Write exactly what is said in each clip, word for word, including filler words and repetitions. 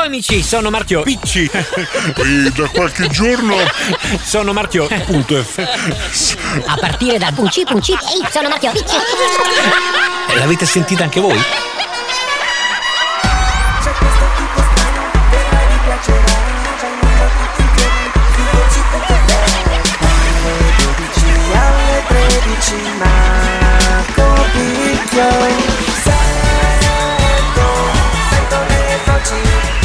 amici, sono Marchio Picci. E da qualche giorno sono Marchio punto F. A partire dal punci punci. Ehi, sono Marchio Picci. L'avete sentita anche voi? C'è questo tipo strano, vedrai mi piacerà. C'è un mondo tutti insieme, tu voci per te. Alle dodici, alle tredici, Marco Picchio. Sento, sento le voci.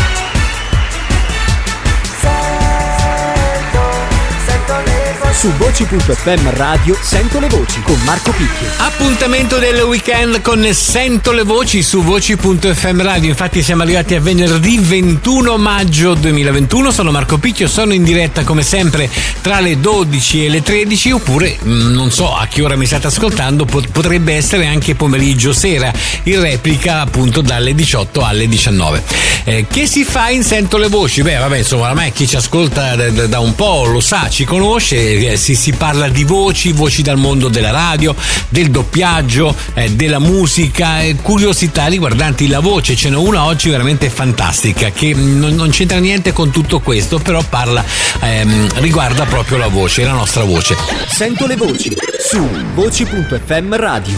Sento, sento le voci. Su voci punto effe emme Radio Sento le voci con Marco Picchio. Appuntamento del weekend con Sento le voci su voci punto effe emme Radio. Infatti siamo arrivati a venerdì ventuno maggio duemilaventuno. Sono Marco Picchio, sono in diretta come sempre tra le dodici e le tredici, oppure mh, non so a che ora mi state ascoltando, pot- potrebbe essere anche pomeriggio sera, in replica appunto dalle diciotto alle diciannove. Eh, che si fa in Sento le voci? Beh vabbè, insomma, ormai chi ci ascolta da, da un po' lo sa, ci conosce. Eh, si, si parla di voci, voci dal mondo della radio, del doppiaggio, eh, della musica, eh, curiosità riguardanti la voce. Ce n'è una oggi veramente fantastica che non, non c'entra niente con tutto questo, però parla, ehm, riguarda proprio la voce, la nostra voce. Sento le voci su voci punto effe emme Radio.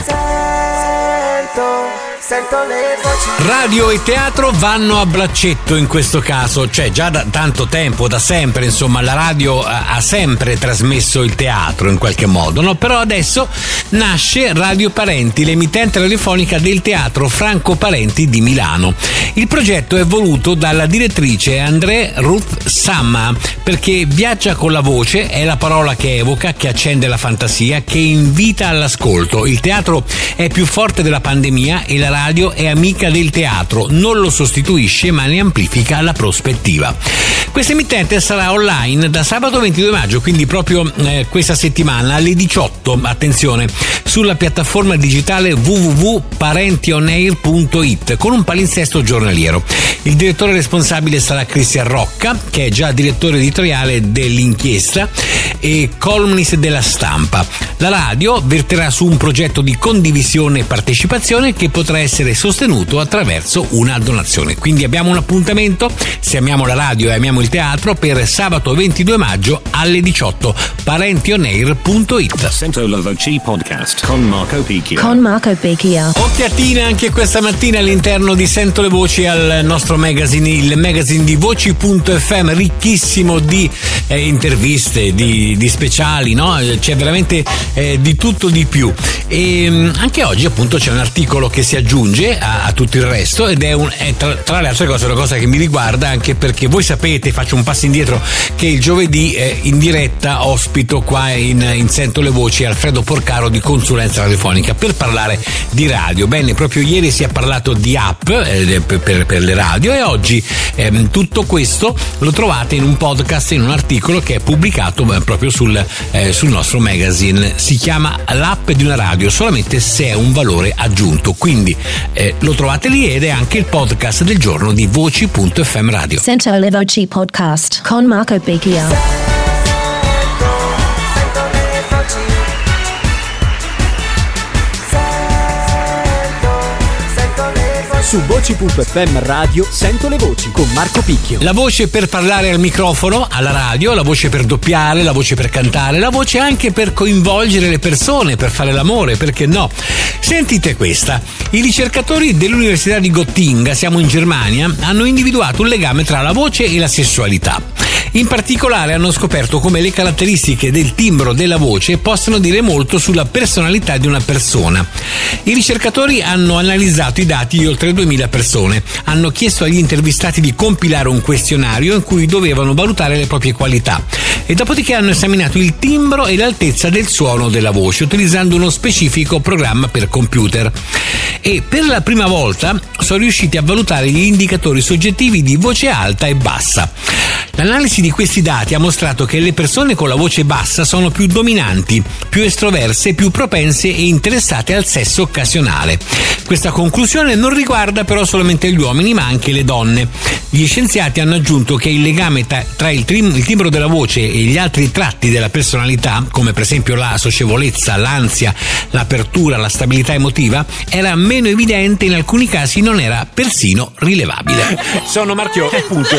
Sento, sento le voci. Radio e teatro vanno a braccetto in questo caso, cioè già da tanto tempo, da sempre, insomma, la radio ha, ha sempre trasmesso il teatro in qualche modo, no? Però adesso nasce Radio Parenti, l'emittente radiofonica del teatro Franco Parenti di Milano. Il progetto è voluto dalla direttrice André Ruth Samma, perché viaggia con la voce, è la parola che evoca, che accende la fantasia, che invita all'ascolto. Il teatro è più forte della pandemia e la radio è amica del teatro, non lo sostituisce ma ne amplifica la prospettiva. Questa emittente sarà online da sabato ventidue maggio, quindi proprio eh, questa settimana alle diciotto, attenzione, sulla piattaforma digitale w w w punto parentionair punto it con un palinsesto giornaliero. Il direttore responsabile sarà Cristian Rocca, che è già direttore editoriale dell'Inchiesta e columnist della Stampa. La radio verterà su un progetto di condivisione e partecipazione che potrà essere sostenuto attraverso una donazione. Quindi abbiamo un appuntamento, se amiamo la radio e amiamo il teatro, per sabato ventidue maggio alle diciotto, parentionair punto it. Sento le voci podcast con Marco Picchio. Con Marco Picchio. Occhiatina anche questa mattina all'interno di Sento le voci al nostro magazine, il magazine di voci punto effe emme, ricchissimo di eh, interviste, di, di speciali, no? C'è veramente eh, di tutto di più. E mh, anche oggi appunto c'è un articolo che si aggiunge a, a tutto il resto, ed è, un, è tra, tra le altre cose una cosa che mi riguarda, anche perché voi sapete, faccio un passo indietro, che il giovedì eh, in diretta ospito qua in, in Sento le voci Alfredo Porcaro di Consulenza Radiofonica per parlare di radio. Bene, proprio ieri si è parlato di app eh, per, per, per le radio, e oggi eh, tutto questo lo trovate in un podcast, in un articolo che è pubblicato eh, proprio sul, eh, sul nostro magazine. Si chiama L'app di una radio solamente se è un valore aggiunto, quindi eh, lo trovate lì, ed è anche il podcast del giorno di voci punto effe emme Radio. Sento le voci podcast con Marco Picchio. Su voci punto effe emme Radio Sento le voci con Marco Picchio. La voce per parlare al microfono, alla radio, la voce per doppiare, la voce per cantare, la voce anche per coinvolgere le persone, per fare l'amore, perché no? Sentite questa. I ricercatori dell'Università di Gottinga, siamo in Germania, hanno individuato un legame tra la voce e la sessualità. In particolare hanno scoperto come le caratteristiche del timbro della voce possano dire molto sulla personalità di una persona. I ricercatori hanno analizzato i dati di oltre duemila persone, hanno chiesto agli intervistati di compilare un questionario in cui dovevano valutare le proprie qualità, e dopodiché hanno esaminato il timbro e l'altezza del suono della voce utilizzando uno specifico programma per computer, e per la prima volta sono riusciti a valutare gli indicatori soggettivi di voce alta e bassa. L'analisi di questi dati ha mostrato che le persone con la voce bassa sono più dominanti, più estroverse, più propense e interessate al sesso occasionale. Questa conclusione non riguarda però solamente gli uomini, ma anche le donne. Gli scienziati hanno aggiunto che il legame tra, tra il, trim, il timbro della voce e gli altri tratti della personalità, come per esempio la socievolezza, l'ansia, l'apertura, la stabilità emotiva, era meno evidente, in alcuni casi non era persino rilevabile. Sono Marchio, punto.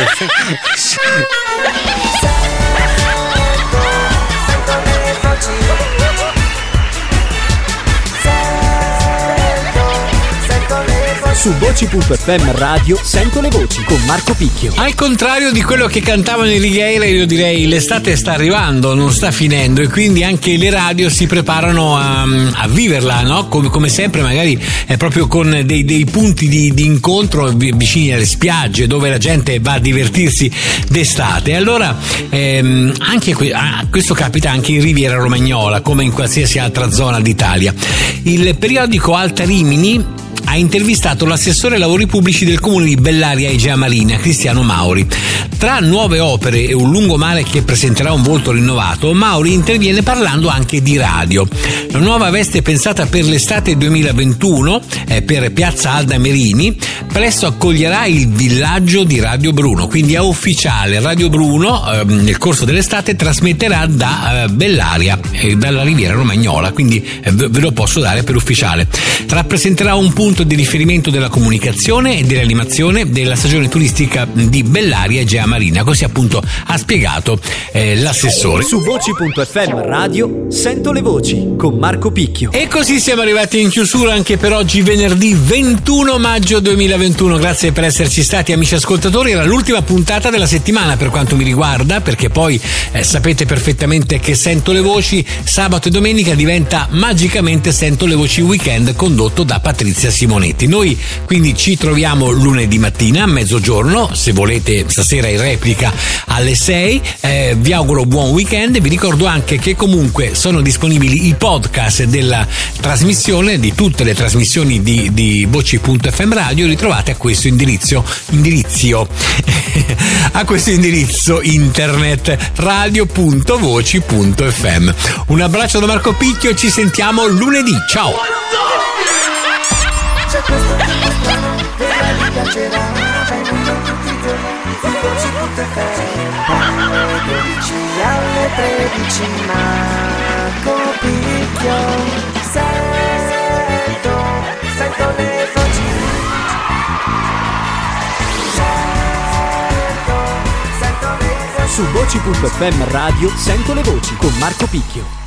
Su voci punto effe emme Radio Sento le voci con Marco Picchio. Al contrario di quello che cantavano i Righeira, io direi l'estate sta arrivando, non sta finendo, e quindi anche le radio si preparano a, a viverla, no? Come, come sempre, magari è proprio con dei, dei punti di, di incontro vicini alle spiagge, dove la gente va a divertirsi d'estate. Allora ehm, anche que- ah, questo capita anche in Riviera Romagnola, come in qualsiasi altra zona d'Italia. Il periodico Alta Rimini ha intervistato l'assessore ai lavori pubblici del comune di Bellaria Egea Marina, Cristiano Mauri. Tra nuove opere e un lungomare che presenterà un volto rinnovato, Mauri interviene parlando anche di radio. La nuova veste pensata per l'estate duemilaventuno è per Piazza Alda Merini, presto accoglierà il villaggio di Radio Bruno, quindi è ufficiale. Radio Bruno eh, nel corso dell'estate trasmetterà da eh, Bellaria e eh, dalla Riviera Romagnola, quindi eh, ve lo posso dare per ufficiale. Rappresenterà un punto di riferimento della comunicazione e dell'animazione della stagione turistica di Bellaria Egea Marina, così appunto ha spiegato eh, l'assessore. Su voci punto effe emme Radio Sento le voci con Marco Picchio. E così siamo arrivati in chiusura anche per oggi, venerdì ventuno maggio duemilaventuno. Grazie per esserci stati, amici ascoltatori. Era l'ultima puntata della settimana per quanto mi riguarda, perché poi eh, sapete perfettamente che Sento le voci sabato e domenica diventa magicamente Sento le voci weekend, condotto da Patrizia Simonetti. Noi quindi ci troviamo lunedì mattina a mezzogiorno, se volete stasera in replica alle sei. Eh, vi auguro buon weekend e vi ricordo anche che comunque sono disponibili i podcast della trasmissione, di tutte le trasmissioni di, di voci punto effe emme Radio. Li trovate a questo indirizzo indirizio a questo indirizzo internet radio punto voci punto effe emme. Un abbraccio da Marco Picchio e ci sentiamo lunedì. Ciao. C'è questo tipo strano che mi piacerà, c'è in mondo tutti i giorni, su voci punto effe emme. Alle dodici alle tredici Marco Picchio. Sento, sento le voci. Sento, sento le voci. Su voci punto effe emme Radio Sento le voci con Marco Picchio.